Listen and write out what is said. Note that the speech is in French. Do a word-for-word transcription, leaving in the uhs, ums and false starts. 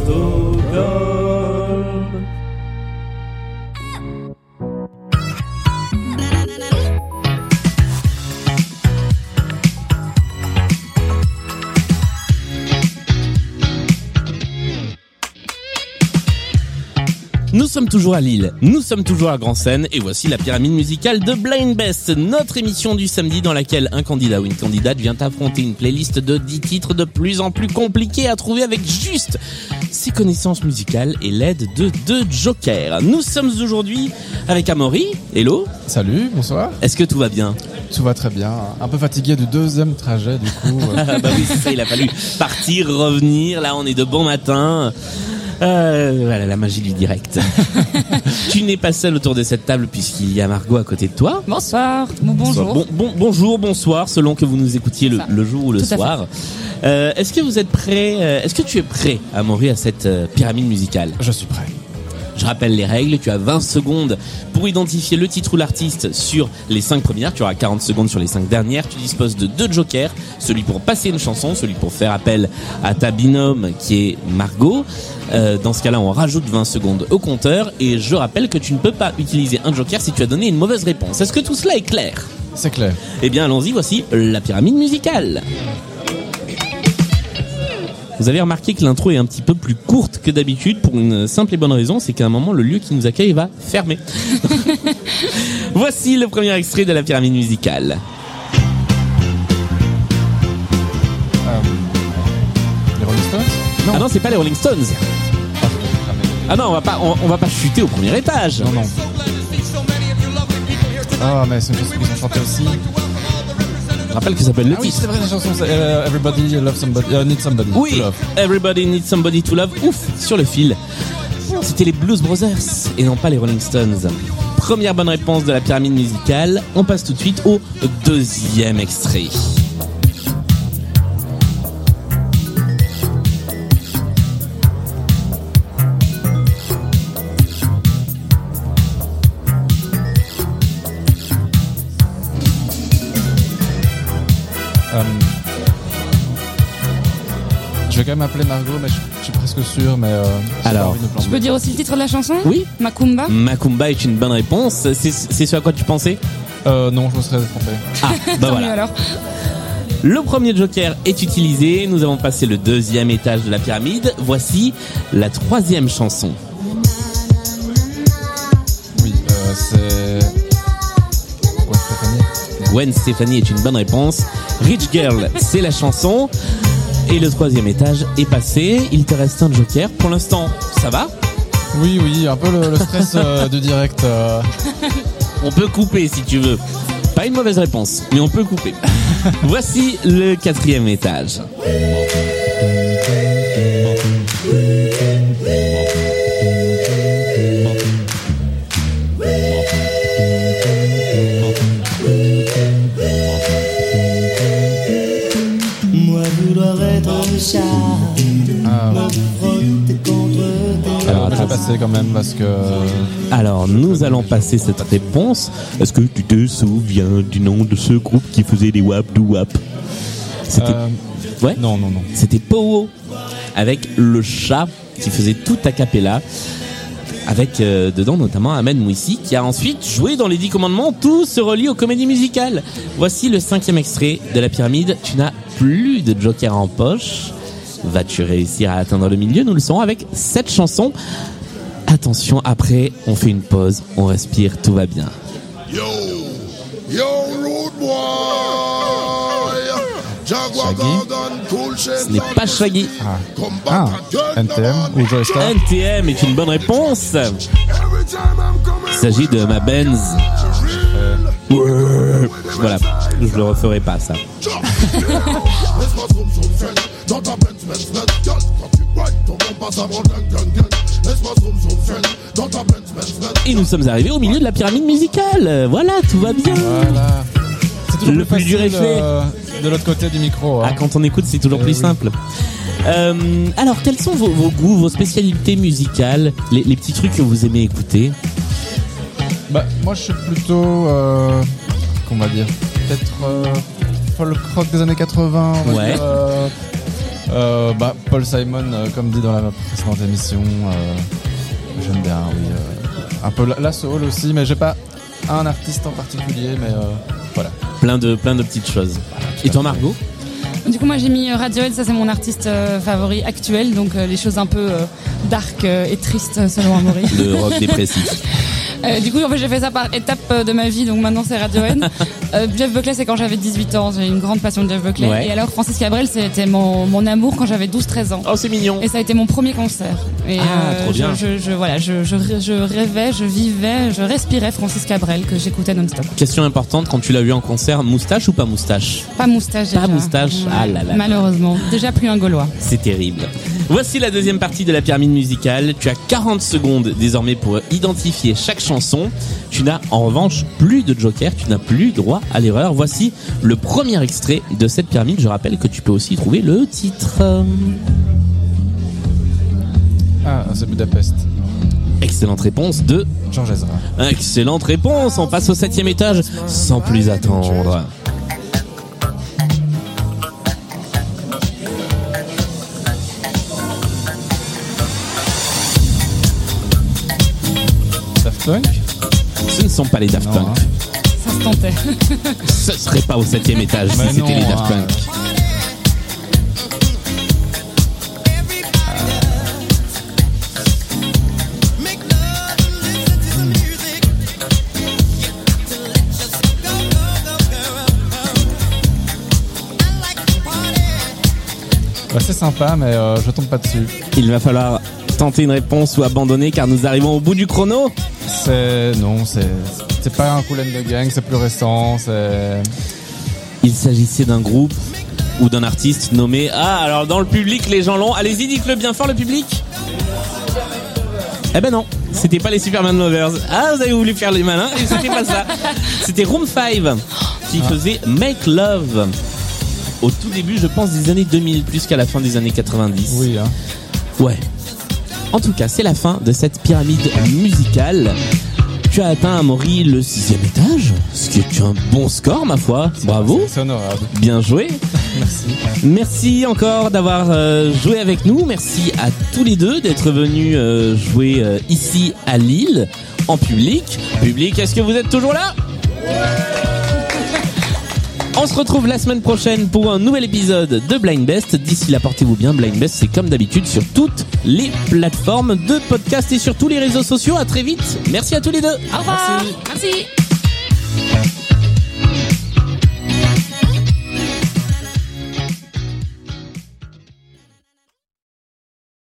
Stockholm. Nous sommes toujours à Lille, nous sommes toujours à Grand-Seine et voici la pyramide musicale de Blind Best, notre émission du samedi dans laquelle un candidat ou une candidate vient affronter une playlist de dix titres de plus en plus compliqués à trouver avec juste ses connaissances musicales et l'aide de deux jokers. Nous sommes aujourd'hui avec Amaury. Hello. Salut, bonsoir. Est-ce que tout va bien ? Tout va très bien. Un peu fatigué du deuxième trajet du coup. Bah oui, c'est ça, il a fallu partir, revenir. Là, on est de bon matin. Euh, voilà, la magie du direct. Tu n'es pas seul autour de cette table puisqu'il y a Margot à côté de toi. Bonsoir. Bon, bonjour. Bon, bon, bonjour, bonsoir, selon que vous nous écoutiez le, le jour ou le Tout soir. Euh, est-ce que vous êtes prêts euh, Est-ce que tu es prêt, Amaury, à cette euh, pyramide musicale ? Je suis prêt. Je rappelle les règles, tu as vingt secondes pour identifier le titre ou l'artiste sur les cinq premières, tu auras quarante secondes sur les cinq dernières, tu disposes de deux jokers, celui pour passer une chanson, celui pour faire appel à ta binôme qui est Margot. Euh, dans ce cas-là, on rajoute vingt secondes au compteur et je rappelle que tu ne peux pas utiliser un joker si tu as donné une mauvaise réponse. Est-ce que tout cela est clair ? C'est clair. Eh bien, allons-y, voici la pyramide musicale. Vous avez remarqué que l'intro est un petit peu plus courte que d'habitude pour une simple et bonne raison, c'est qu'à un moment, le lieu qui nous accueille va fermer. Voici le premier extrait de la pyramide musicale. Euh, les Rolling Stones ? Non. Ah non, c'est pas les Rolling Stones. Ah non, on va pas, on, on va pas chuter au premier étage. Non, non. Ah, mais c'est une chanson qu'ils ont chantée aussi. Je rappelle que ça s'appelle le ah oui, titre. c'est vrai, la chanson, c'est uh, Everybody Love Somebody, uh, Need Somebody Oui, to Love. Everybody Needs Somebody to Love. Ouf, sur le fil. C'était les Blues Brothers et non pas les Rolling Stones. Première bonne réponse de la pyramide musicale. On passe tout de suite au deuxième extrait. Euh, je vais quand même appeler Margot, mais je, je suis presque sûr, mais euh, j'ai Alors, pas envie de me planter. Tu peux dire aussi le titre de la chanson ? Oui. Macumba. Macumba est une bonne réponse. C'est, c'est ce à quoi tu pensais ? Euh, non, je me serais trompé. Ah, bah Tant mieux voilà. alors. Le premier joker est utilisé. Nous avons passé le deuxième étage de la pyramide. Voici la troisième chanson. Oui, euh, c'est... Ouais, Stéphanie. Gwen Stefani est une bonne réponse. Rich Girl, c'est la chanson. Et le troisième étage est passé. Il te reste un joker. Pour l'instant, ça va ? Oui, oui, un peu le, le stress euh, du direct. Euh... On peut couper si tu veux. Pas une mauvaise réponse, mais on peut couper. Voici le quatrième étage. Moi vouloir être un chat, Ah, me frotter contre tes alors, je vais passer quand même parce que... Alors, nous allons passer cette réponse. Est-ce que tu te souviens du nom de ce groupe qui faisait des wap dou wap ? C'était Euh, ouais. non, non, non. C'était Powo avec le chat qui faisait tout a cappella. Avec euh, dedans notamment Ahmed Mouissi qui a ensuite joué dans les Dix Commandements. Tout se relie aux comédies musicales. Voici le cinquième extrait de la pyramide. Tu n'as plus de joker en poche. Vas-tu réussir à atteindre le milieu ? Nous le saurons avec cette chanson. Attention, après on fait une pause, on respire, tout va bien. Yo, yo, road boy. Jaguar Gordon, cool shit. Ce n'est pas Shaggy. Ah, N T M ou Joe Star. N T M est une bonne réponse. Il s'agit de ma Benz. Ouais. Voilà, je le referai pas ça. Et nous sommes arrivés au milieu de la pyramide musicale. Voilà, tout va bien. Voilà. C'est toujours Le plus plus dur est facile, fait. euh, de l'autre côté du micro. Ah, Hein. quand on écoute, c'est toujours Eh plus oui. simple. Euh, alors, quels sont vos, vos goûts, vos spécialités musicales, les, les petits trucs que vous aimez écouter? Bah, moi, je suis plutôt, euh, qu'on va dire, peut-être euh, folk rock des années quatre-vingts. On va Ouais. dire, euh, Euh, bah, Paul Simon, euh, comme dit dans la précédente émission, euh, j'aime bien, oui. Euh, un peu la, la soul aussi, mais j'ai pas un artiste en particulier, mais euh, voilà. Plein de, plein de petites choses. Et toi, Margot? Du coup, moi j'ai mis Radiohead, ça c'est mon artiste euh, favori actuel, donc euh, les choses un peu euh, dark euh, et tristes selon Amaury. Le rock dépressif. Euh, du coup, en fait, j'ai fait ça par étapes de ma vie, donc maintenant c'est Radiohead. euh, Jeff Buckley, c'est quand j'avais dix-huit ans, j'ai une grande passion de Jeff Buckley. Ouais. Et alors, Francis Cabrel, c'était mon, mon amour quand j'avais douze treize ans. Oh, c'est mignon. Et ça a été mon premier concert. Et Ah, euh, trop bien. Je, je, je, voilà, je, je, je rêvais, je vivais, je respirais Francis Cabrel, que j'écoutais non-stop. Question importante, quand tu l'as vu en concert, moustache ou pas moustache? Pas moustache déjà. Pas moustache, ah là là. Malheureusement. Déjà plus un Gaulois. C'est terrible. Voici la deuxième partie de la pyramide musicale. Tu as quarante secondes désormais pour identifier chaque chanson. Tu n'as en revanche plus de joker, tu n'as plus droit à l'erreur. Voici le premier extrait de cette pyramide. Je rappelle que tu peux aussi trouver le titre. Ah, c'est Budapest. Excellente réponse de... Georges Ezra. Excellente réponse. On passe au septième étage sans plus attendre. Daft Punk. Ce ne sont pas les Daft Non, Punk. hein. Ça se tentait. Ce serait pas au septième étage Mais si c'était non, les Daft hein. Punk. Bah, c'est sympa, mais euh, je tombe pas dessus. Il va falloir tenter une réponse ou abandonner car nous arrivons au bout du chrono. C'est non, c'est c'est pas un Kool and the Gang, c'est plus récent. C'est Il s'agissait d'un groupe ou d'un artiste nommé... Ah, alors dans le public, les gens l'ont. Allez-y, dites-le bien fort, le public. Eh ben non, c'était pas les Superman Lovers. Ah, vous avez voulu faire les malins, et c'était pas ça. C'était Room cinq qui faisait Make Love. Au tout début, je pense, des années deux mille, plus qu'à la fin des années quatre-vingt-dix. oui, hein. Ouais. En tout cas, c'est la fin de cette pyramide musicale. Tu as atteint, Amaury, le sixième étage, ce qui est un bon score, ma foi. Bravo. C'est honorable. Bien joué. Merci. Merci encore d'avoir euh, joué avec nous. Merci à tous les deux d'être venus euh, jouer euh, ici à Lille, en public. Public, est-ce que vous êtes toujours là ? On se retrouve la semaine prochaine pour un nouvel épisode de Blind Best. D'ici là, portez-vous bien. Blind Best, c'est comme d'habitude sur toutes les plateformes de podcast et sur tous les réseaux sociaux. À très vite. Merci à tous les deux. Au revoir. Merci. Merci.